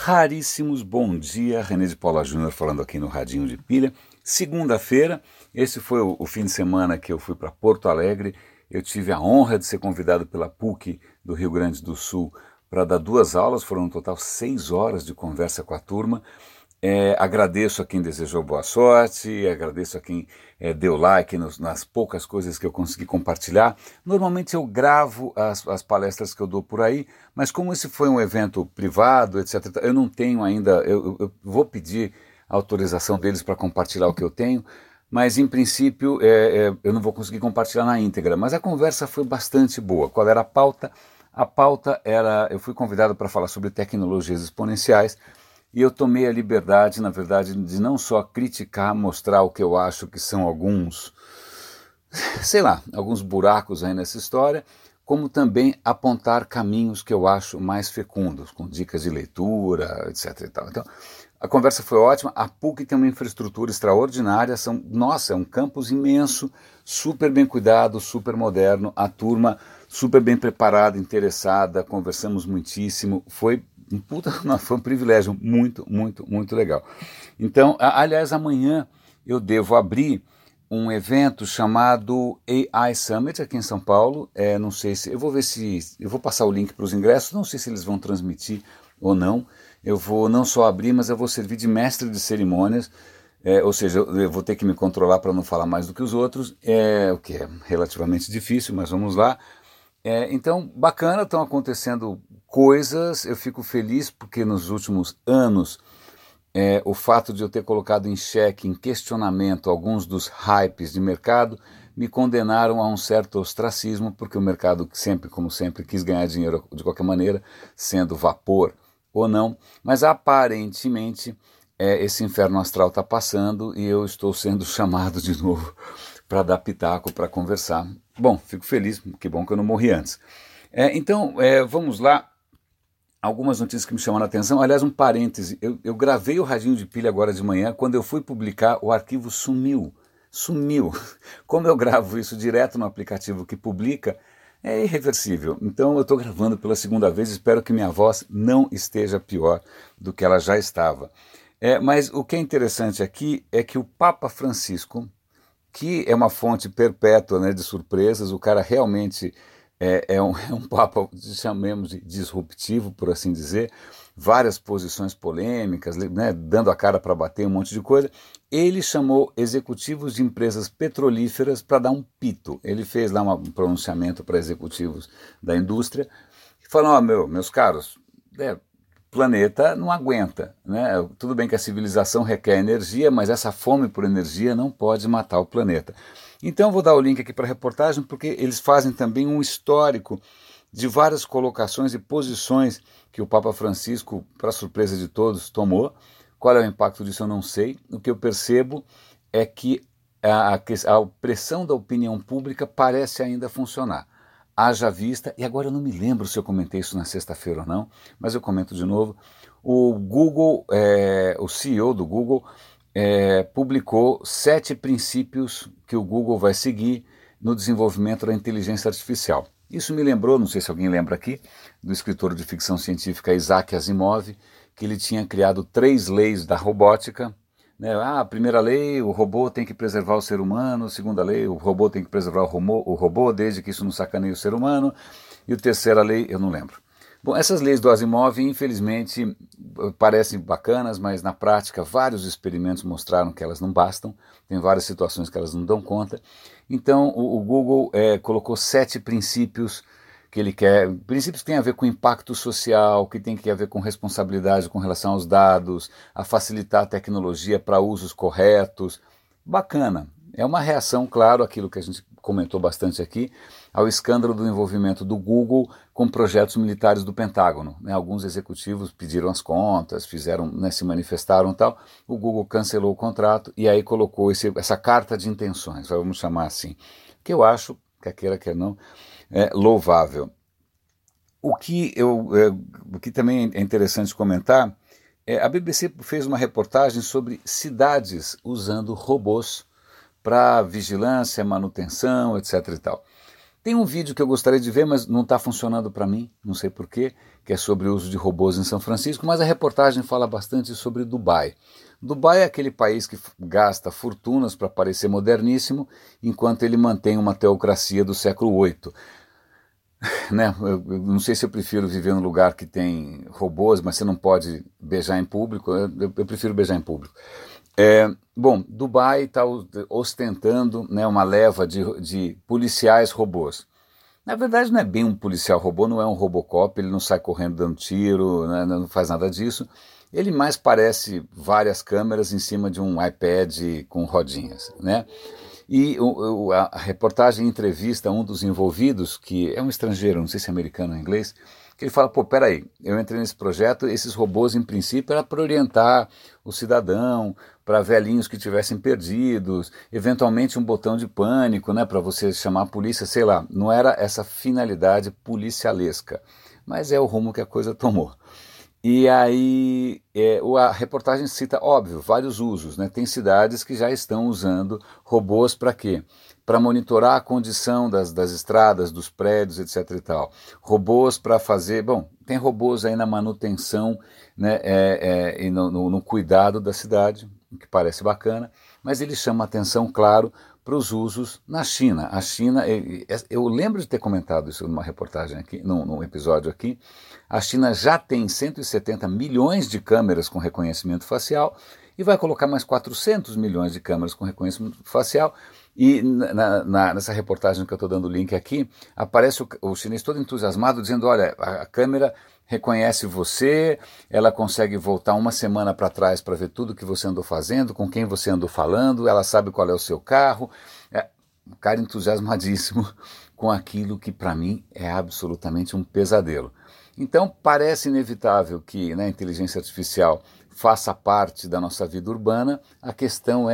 Raríssimos, bom dia, René de Paula Júnior falando aqui no Radinho de Pilha. Segunda-feira, esse foi o fim de semana que eu fui para Porto Alegre. Eu tive a honra de ser convidado pela PUC do Rio Grande do Sul para dar 2 aulas, foram no total 6 horas de conversa com a turma. Agradeço a quem desejou boa sorte, agradeço a quem deu like nas poucas coisas que eu consegui compartilhar. Normalmente eu gravo as palestras que eu dou por aí, mas como esse foi um evento privado, etc., eu não tenho ainda, eu vou pedir a autorização deles para compartilhar o que eu tenho, mas em princípio eu não vou conseguir compartilhar na íntegra. Mas a conversa foi bastante boa. Qual era a pauta? A pauta era, eu fui convidado para falar sobre tecnologias exponenciais, e eu tomei a liberdade, na verdade, de não só criticar, mostrar o que eu acho que são alguns buracos aí nessa história, como também apontar caminhos que eu acho mais fecundos, com dicas de leitura, etc. e tal. Então, a conversa foi ótima. A PUC tem uma infraestrutura extraordinária, é um campus imenso, super bem cuidado, super moderno, a turma super bem preparada, interessada, conversamos muitíssimo, foi um privilégio muito, muito, muito legal. Então, aliás, amanhã eu devo abrir um evento chamado AI Summit aqui em São Paulo. Não sei se, eu vou ver se, eu vou passar o link para os ingressos, não sei se eles vão transmitir ou não. Eu vou não só abrir, mas eu vou servir de mestre de cerimônias, ou seja, eu vou ter que me controlar para não falar mais do que os outros, o que é relativamente difícil, mas vamos lá. Então, bacana, estão acontecendo coisas, eu fico feliz porque nos últimos anos o fato de eu ter colocado em xeque, em questionamento alguns dos hypes de mercado, me condenaram a um certo ostracismo, porque o mercado sempre, como sempre, quis ganhar dinheiro de qualquer maneira, sendo vapor ou não, mas aparentemente esse inferno astral está passando e eu estou sendo chamado de novo para dar pitaco, para conversar. Bom, fico feliz, que bom que eu não morri antes. Então, vamos lá. Algumas notícias que me chamaram a atenção. Aliás, um parêntese, eu gravei o Radinho de Pilha agora de manhã, quando eu fui publicar, o arquivo sumiu. Sumiu. Como eu gravo isso direto no aplicativo que publica, é irreversível. Então eu estou gravando pela segunda vez, espero que minha voz não esteja pior do que ela já estava. Mas o que é interessante aqui é que o Papa Francisco, que é uma fonte perpétua, né, de surpresas, o cara realmente é um papa, chamemos de disruptivo, por assim dizer, várias posições polêmicas, né, dando a cara para bater um monte de coisa. Ele chamou executivos de empresas petrolíferas para dar um pito. Ele fez lá um pronunciamento para executivos da indústria, e falou, meus caros, planeta não aguenta, né? Tudo bem que a civilização requer energia, mas essa fome por energia não pode matar o planeta. Então eu vou dar o link aqui para a reportagem, porque eles fazem também um histórico de várias colocações e posições que o Papa Francisco, para surpresa de todos, tomou. Qual é o impacto disso eu não sei. O que eu percebo é que a pressão da opinião pública parece ainda funcionar. Haja vista, e agora eu não me lembro se eu comentei isso na sexta-feira ou não, mas eu comento de novo, o Google, o CEO do Google, publicou 7 princípios que o Google vai seguir no desenvolvimento da inteligência artificial. Isso me lembrou, não sei se alguém lembra aqui, do escritor de ficção científica Isaac Asimov, que ele tinha criado 3 leis da robótica, né? A primeira lei, o robô tem que preservar o ser humano. A segunda lei, o robô tem que preservar o robô, desde que isso não sacaneie o ser humano. E a terceira lei, eu não lembro. Bom, essas leis do Asimov, infelizmente, parecem bacanas, mas na prática vários experimentos mostraram que elas não bastam. Tem várias situações que elas não dão conta. Então o Google colocou 7 princípios que ele quer, princípios que têm a ver com impacto social, que tem a ver com responsabilidade com relação aos dados, a facilitar a tecnologia para usos corretos. Bacana. É uma reação, claro, àquilo que a gente comentou bastante aqui, ao escândalo do envolvimento do Google com projetos militares do Pentágono. Né? Alguns executivos pediram as contas, fizeram, né, se manifestaram e tal. O Google cancelou o contrato e aí colocou essa carta de intenções, vamos chamar assim, que eu acho, quer queira, quer não, louvável. O que também é interessante comentar, a BBC fez uma reportagem sobre cidades usando robôs para vigilância, manutenção, etc. e tal. Tem um vídeo que eu gostaria de ver, mas não está funcionando para mim, não sei porquê, que é sobre o uso de robôs em São Francisco, mas a reportagem fala bastante sobre Dubai. Dubai é aquele país que gasta fortunas para parecer moderníssimo, enquanto ele mantém uma teocracia do século VIII. Né? Eu não sei se eu prefiro viver num lugar que tem robôs, mas você não pode beijar em público, eu prefiro beijar em público. Bom, Dubai está ostentando, né, uma leva de policiais robôs. Na verdade não é bem um policial robô, não é um Robocop, ele não sai correndo dando tiro, né, não faz nada disso. Ele mais parece várias câmeras em cima de um iPad com rodinhas, né? E a reportagem entrevista um dos envolvidos, que é um estrangeiro, não sei se é americano ou inglês, que ele fala, pô, peraí, eu entrei nesse projeto, esses robôs em princípio era para orientar o cidadão, para velhinhos que tivessem perdidos, eventualmente um botão de pânico, né, para você chamar a polícia, sei lá, não era essa finalidade policialesca, mas é o rumo que a coisa tomou. E aí a reportagem cita, óbvio, vários usos, né? Tem cidades que já estão usando robôs para quê? Para monitorar a condição das estradas, dos prédios, etc. e tal. Robôs para fazer, bom, tem robôs aí na manutenção, né, e no cuidado da cidade, o que parece bacana, mas ele chama atenção, claro, para os usos na China. A China, eu lembro de ter comentado isso numa reportagem aqui, num episódio aqui. A China já tem 170 milhões de câmeras com reconhecimento facial e vai colocar mais 400 milhões de câmeras com reconhecimento facial. E nessa reportagem que eu estou dando o link aqui, aparece o chinês todo entusiasmado dizendo, olha, a câmera reconhece você, ela consegue voltar uma semana para trás para ver tudo que você andou fazendo, com quem você andou falando, ela sabe qual é o seu carro. O cara entusiasmadíssimo com aquilo que para mim é absolutamente um pesadelo. Então parece inevitável que, né, a inteligência artificial faça parte da nossa vida urbana. A questão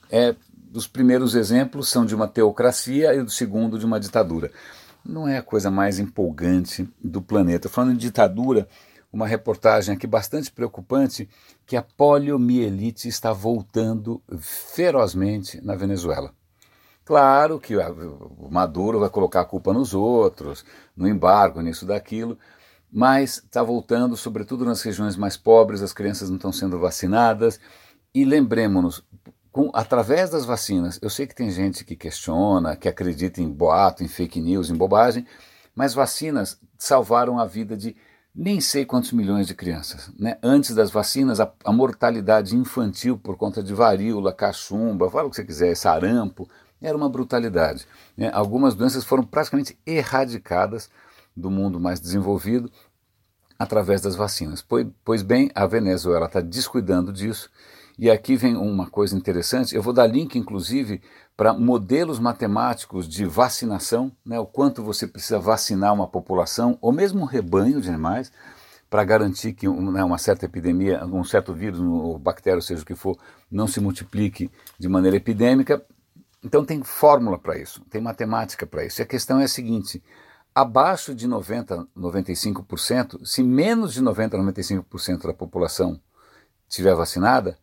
os primeiros exemplos são de uma teocracia e o segundo de uma ditadura. Não é a coisa mais empolgante do planeta. Falando em ditadura, uma reportagem aqui bastante preocupante, que a poliomielite está voltando ferozmente na Venezuela. Claro que o Maduro vai colocar a culpa nos outros, no embargo, nisso, daquilo, mas está voltando, sobretudo nas regiões mais pobres, as crianças não estão sendo vacinadas, e lembremos-nos, através das vacinas, eu sei que tem gente que questiona, que acredita em boato, em fake news, em bobagem, mas vacinas salvaram a vida de nem sei quantos milhões de crianças, né? Antes das vacinas, a mortalidade infantil por conta de varíola, cachumba, fala o que você quiser, sarampo, era uma brutalidade, né? Algumas doenças foram praticamente erradicadas do mundo mais desenvolvido através das vacinas. Pois bem, a Venezuela está descuidando disso. E aqui vem uma coisa interessante, eu vou dar link inclusive para modelos matemáticos de vacinação, né, o quanto você precisa vacinar uma população, ou mesmo um rebanho de animais, para garantir que uma certa epidemia, um certo vírus, ou bactéria, seja o que for, não se multiplique de maneira epidêmica. Então tem fórmula para isso, tem matemática para isso. E a questão é a seguinte, abaixo de 90%, 95%, se menos de 90%, 95% da população estiver vacinada,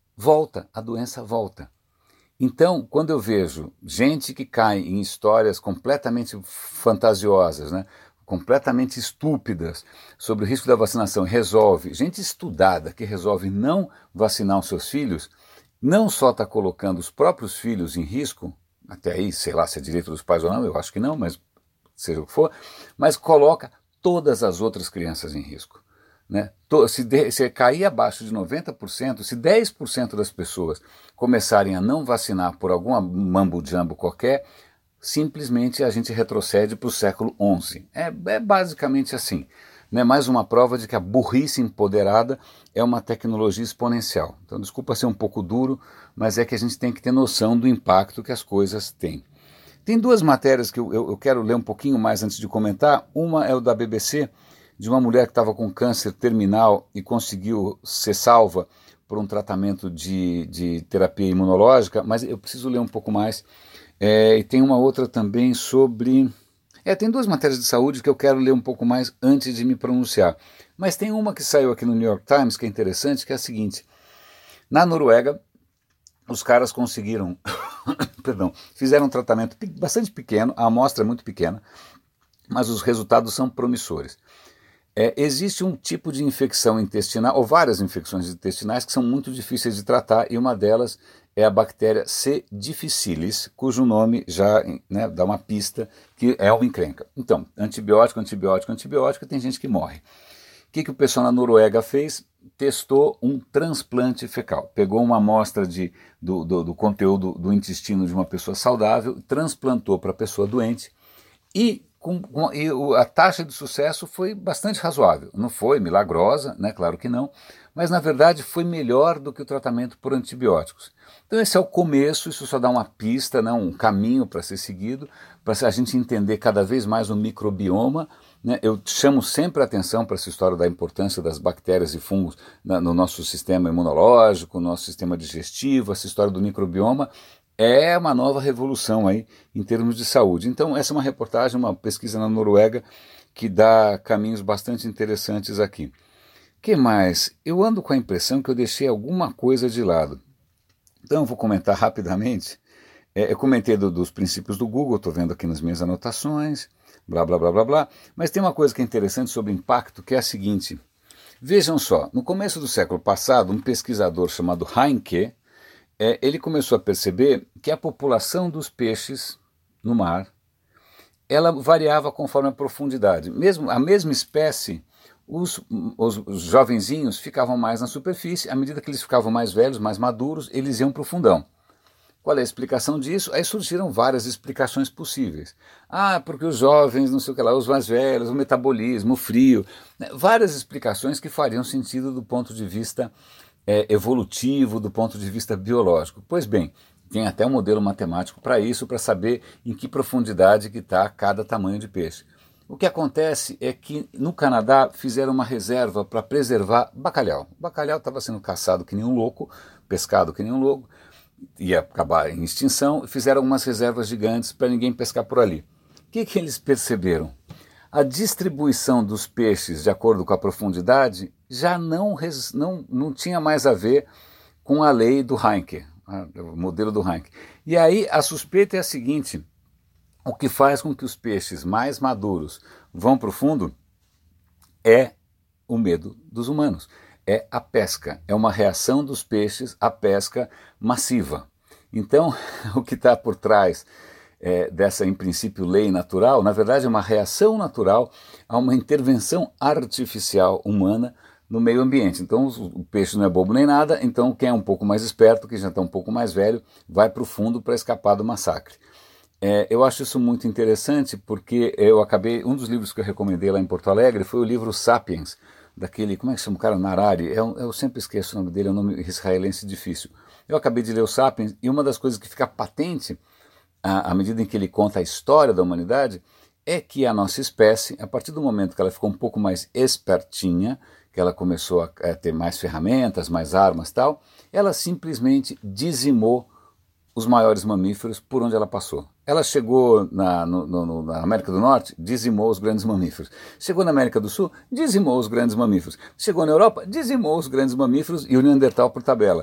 a doença volta. Então, quando eu vejo gente que cai em histórias completamente fantasiosas, né, completamente estúpidas sobre o risco da vacinação, gente estudada que resolve não vacinar os seus filhos, não só está colocando os próprios filhos em risco, até aí, sei lá se é direito dos pais ou não, eu acho que não, mas seja o que for, mas coloca todas as outras crianças em risco. Né? Se cair abaixo de 90%, se 10% das pessoas começarem a não vacinar por algum mambo-jambo qualquer, simplesmente a gente retrocede para o século XI. É basicamente assim. Né? Mais uma prova de que a burrice empoderada é uma tecnologia exponencial. Então, desculpa ser um pouco duro, mas é que a gente tem que ter noção do impacto que as coisas têm. Tem duas matérias que eu quero ler um pouquinho mais antes de comentar. Uma é o da BBC, de uma mulher que estava com câncer terminal e conseguiu ser salva por um tratamento de terapia imunológica, mas eu preciso ler um pouco mais. E tem uma outra também sobre... tem duas matérias de saúde que eu quero ler um pouco mais antes de me pronunciar. Mas tem uma que saiu aqui no New York Times que é interessante, que é a seguinte. Na Noruega, os caras conseguiram perdão, fizeram um tratamento bastante pequeno, a amostra é muito pequena, mas os resultados são promissores. Existe um tipo de infecção intestinal, ou várias infecções intestinais, que são muito difíceis de tratar, e uma delas é a bactéria C. difficilis, cujo nome já, né, dá uma pista que é uma encrenca. Então, antibiótico, antibiótico, antibiótico, tem gente que morre. O que o pessoal na Noruega fez? Testou um transplante fecal. Pegou uma amostra do conteúdo do intestino de uma pessoa saudável, transplantou para a pessoa doente e a taxa de sucesso foi bastante razoável. Não foi milagrosa, né? Claro que não, mas na verdade foi melhor do que o tratamento por antibióticos. Então esse é o começo, isso só dá uma pista, né? Um caminho para ser seguido, para a gente entender cada vez mais o microbioma. Né? Eu chamo sempre a atenção para essa história da importância das bactérias e fungos no nosso sistema imunológico, no nosso sistema digestivo, essa história do microbioma. É uma nova revolução aí em termos de saúde. Então essa é uma reportagem, uma pesquisa na Noruega que dá caminhos bastante interessantes aqui. Que mais? Eu ando com a impressão que eu deixei alguma coisa de lado. Então eu vou comentar rapidamente. Eu comentei dos princípios do Google, estou vendo aqui nas minhas anotações, blá blá blá blá blá. Mas tem uma coisa que é interessante sobre impacto, que é a seguinte. Vejam só, no começo do século passado, um pesquisador chamado Heinke, ele começou a perceber que a população dos peixes no mar, ela variava conforme a profundidade. Mesmo a mesma espécie, os jovenzinhos ficavam mais na superfície, à medida que eles ficavam mais velhos, mais maduros, eles iam para o fundão. Qual é a explicação disso? Aí surgiram várias explicações possíveis. Porque os jovens, não sei o que lá, os mais velhos, o metabolismo, o frio, né? Várias explicações que fariam sentido do ponto de vista evolutivo, do ponto de vista biológico. Pois bem, tem até um modelo matemático para isso, para saber em que profundidade que está cada tamanho de peixe. O que acontece é que no Canadá fizeram uma reserva para preservar bacalhau. O bacalhau estava sendo caçado que nem um louco, pescado que nem um louco, ia acabar em extinção, e fizeram umas reservas gigantes para ninguém pescar por ali. O que eles perceberam? A distribuição dos peixes de acordo com a profundidade já não tinha mais a ver com a lei do Heinke, o modelo do Heinke. E aí a suspeita é a seguinte: o que faz com que os peixes mais maduros vão para o fundo é o medo dos humanos, é a pesca, é uma reação dos peixes à pesca massiva. Então, o que está por trás dessa, em princípio, lei natural, na verdade é uma reação natural a uma intervenção artificial humana no meio ambiente. Então o peixe não é bobo nem nada, então quem é um pouco mais esperto, que já está um pouco mais velho, vai para o fundo para escapar do massacre. Eu acho isso muito interessante porque um dos livros que eu recomendei lá em Porto Alegre foi o livro Sapiens, daquele, como é que chama o cara? Narari, eu sempre esqueço o nome dele, é um nome israelense difícil. Eu acabei de ler o Sapiens e uma das coisas que fica patente à medida em que ele conta a história da humanidade, é que a nossa espécie, a partir do momento que ela ficou um pouco mais espertinha, que ela começou a ter mais ferramentas, mais armas e tal, ela simplesmente dizimou os maiores mamíferos por onde ela passou. Ela chegou na América do Norte, dizimou os grandes mamíferos. Chegou na América do Sul, dizimou os grandes mamíferos. Chegou na Europa, dizimou os grandes mamíferos e o Neandertal por tabela.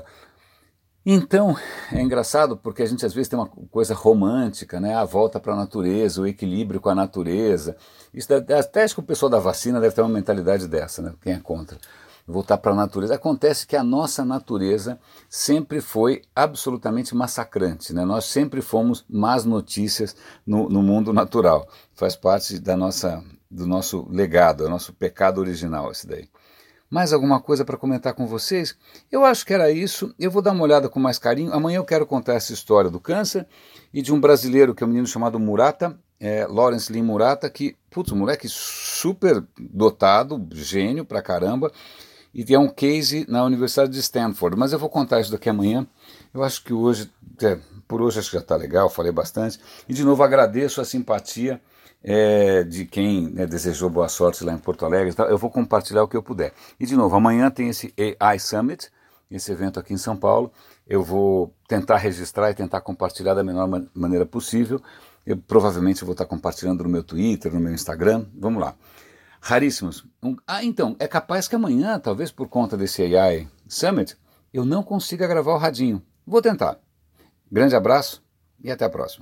Então, é engraçado porque a gente às vezes tem uma coisa romântica, né? A volta para a natureza, o equilíbrio com a natureza. Isso até acho que o pessoal da vacina deve ter uma mentalidade dessa, né? Quem é contra? Voltar para a natureza. Acontece que a nossa natureza sempre foi absolutamente massacrante, né? Nós sempre fomos más notícias no mundo natural. Faz parte do nosso legado, do nosso pecado original esse daí. Mais alguma coisa para comentar com vocês? Eu acho que era isso. Eu vou dar uma olhada com mais carinho. Amanhã eu quero contar essa história do câncer e de um brasileiro que é um menino chamado Murata, Lawrence Lin Murata, que, putz, um moleque super dotado, gênio pra caramba, e é um case na Universidade de Stanford. Mas eu vou contar isso daqui amanhã. Eu acho que hoje, por hoje acho que já está legal, falei bastante. E de novo agradeço a simpatia de quem desejou boa sorte lá em Porto Alegre. Tá? Eu vou compartilhar o que eu puder. E de novo, amanhã tem esse AI Summit, esse evento aqui em São Paulo. Eu vou tentar registrar e tentar compartilhar da menor maneira possível. Eu provavelmente vou estar compartilhando no meu Twitter, no meu Instagram. Vamos lá. Raríssimos. Então, é capaz que amanhã, talvez por conta desse AI Summit, eu não consiga gravar o radinho. Vou tentar. Grande abraço e até a próxima.